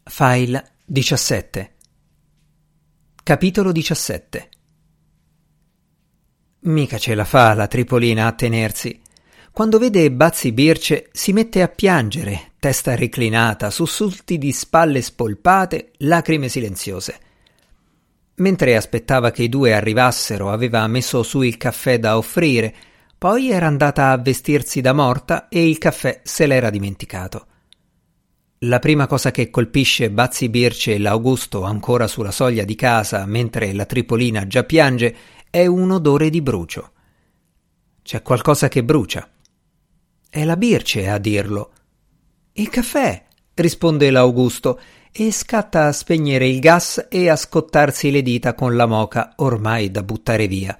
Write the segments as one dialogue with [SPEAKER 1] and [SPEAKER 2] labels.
[SPEAKER 1] File 17. Capitolo 17. Mica ce la fa la Tripolina a tenersi. Quando vede Bazzi Birce si mette a piangere, testa reclinata, sussulti di spalle spolpate, lacrime silenziose. Mentre aspettava che i due arrivassero aveva messo su il caffè da offrire, poi era andata a vestirsi da morta e il caffè se l'era dimenticato. La prima cosa che colpisce Bazzi Birce e l'Augusto ancora sulla soglia di casa mentre la Tripolina già piange è un odore di brucio. C'è qualcosa che brucia. È la Birce a dirlo. Il caffè, risponde l'Augusto e scatta a spegnere il gas e a scottarsi le dita con la moka ormai da buttare via.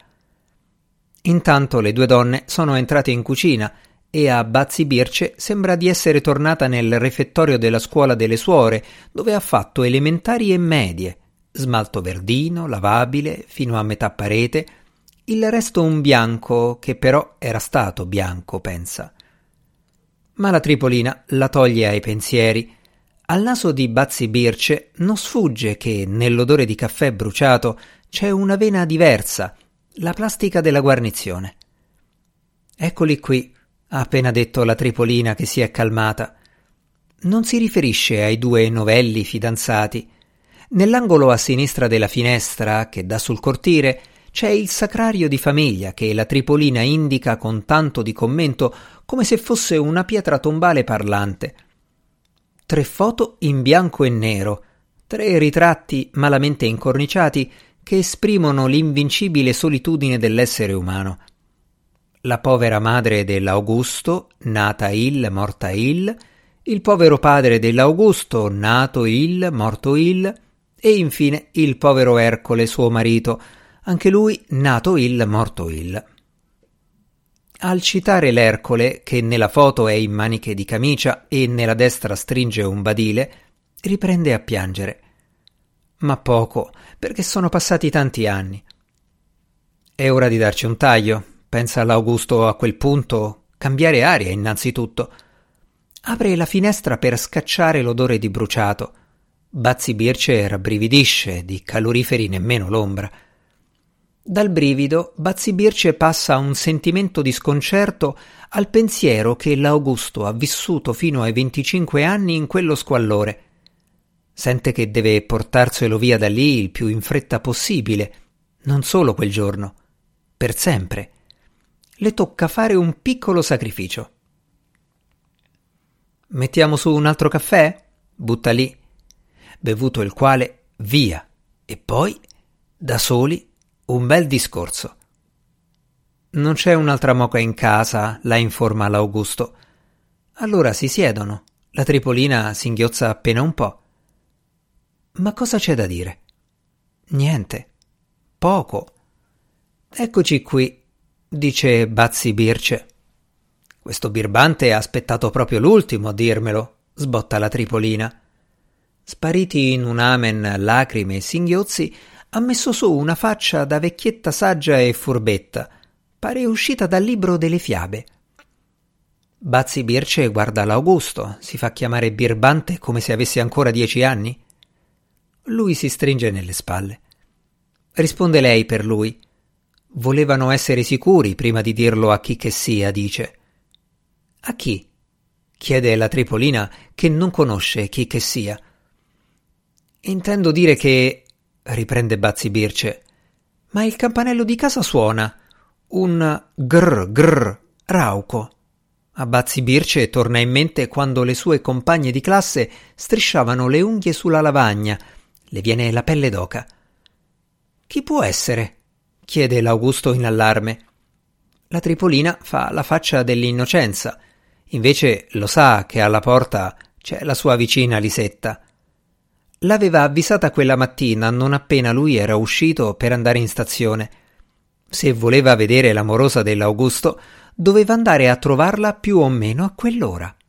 [SPEAKER 1] Intanto le due donne sono entrate in cucina e a Bazzi Birce sembra di essere tornata nel refettorio della scuola delle suore, dove ha fatto elementari e medie, smalto verdino, lavabile, fino a metà parete, il resto un bianco che però era stato bianco, pensa. Ma la Tripolina la toglie ai pensieri. Al naso di Bazzi Birce non sfugge che nell'odore di caffè bruciato c'è una vena diversa, la plastica della guarnizione. Eccoli qui, ha appena detto la Tripolina che si è calmata. Non si riferisce ai due novelli fidanzati. Nell'angolo a sinistra della finestra, che dà sul cortile, c'è il sacrario di famiglia che la Tripolina indica con tanto di commento come se fosse una pietra tombale parlante. 3 foto in bianco e nero, 3 ritratti malamente incorniciati che esprimono l'invincibile solitudine dell'essere umano. La povera madre dell'Augusto, nata morta il povero padre dell'Augusto, nato morto e infine il povero Ercole, suo marito, anche lui nato morto Al citare l'Ercole, che nella foto è in maniche di camicia e nella destra stringe un badile, riprende a piangere. Ma poco, perché sono passati tanti anni. È ora di darci un taglio, pensa l'Augusto a quel punto, cambiare aria innanzitutto. Apre la finestra per scacciare l'odore di bruciato. Bazzi Birce rabbrividisce, di caloriferi nemmeno l'ombra. Dal brivido Bazzi Birce passa a un sentimento di sconcerto al pensiero che l'Augusto ha vissuto fino ai 25 anni in quello squallore. Sente che deve portarselo via da lì il più in fretta possibile, non solo quel giorno, per sempre. Le tocca fare un piccolo sacrificio. Mettiamo su un altro caffè? Butta lì. Bevuto il quale, via. E poi, da soli, un bel discorso. Non c'è un'altra moka in casa, la informa l'Augusto. Allora si siedono. La Tripolina singhiozza appena un po'. Ma cosa c'è da dire? Niente. Poco. Eccoci qui, dice Bazzi Birce. Questo birbante ha aspettato proprio l'ultimo a dirmelo, sbotta la Tripolina. Spariti in un amen lacrime e singhiozzi, ha messo su una faccia da vecchietta saggia e furbetta, pare uscita dal libro delle fiabe. Bazzi Birce guarda l'Augusto, si fa chiamare birbante come se avesse ancora 10 anni. Lui si stringe nelle spalle. Risponde lei per lui. Volevano essere sicuri prima di dirlo a chi che sia, dice. A chi? Chiede la Tripolina, che non conosce chi che sia. Intendo dire che, riprende Bazzi Birce, ma il campanello di casa suona. Un grr grr rauco. A Bazzi Birce torna in mente quando le sue compagne di classe strisciavano le unghie sulla lavagna. Le viene la pelle d'oca. Chi può essere? Chiede l'Augusto in allarme. La Tripolina fa la faccia dell'innocenza. Invece lo sa che alla porta c'è la sua vicina Lisetta. L'aveva avvisata quella mattina non appena lui era uscito per andare in stazione. Se voleva vedere l'amorosa dell'Augusto, doveva andare a trovarla più o meno a quell'ora.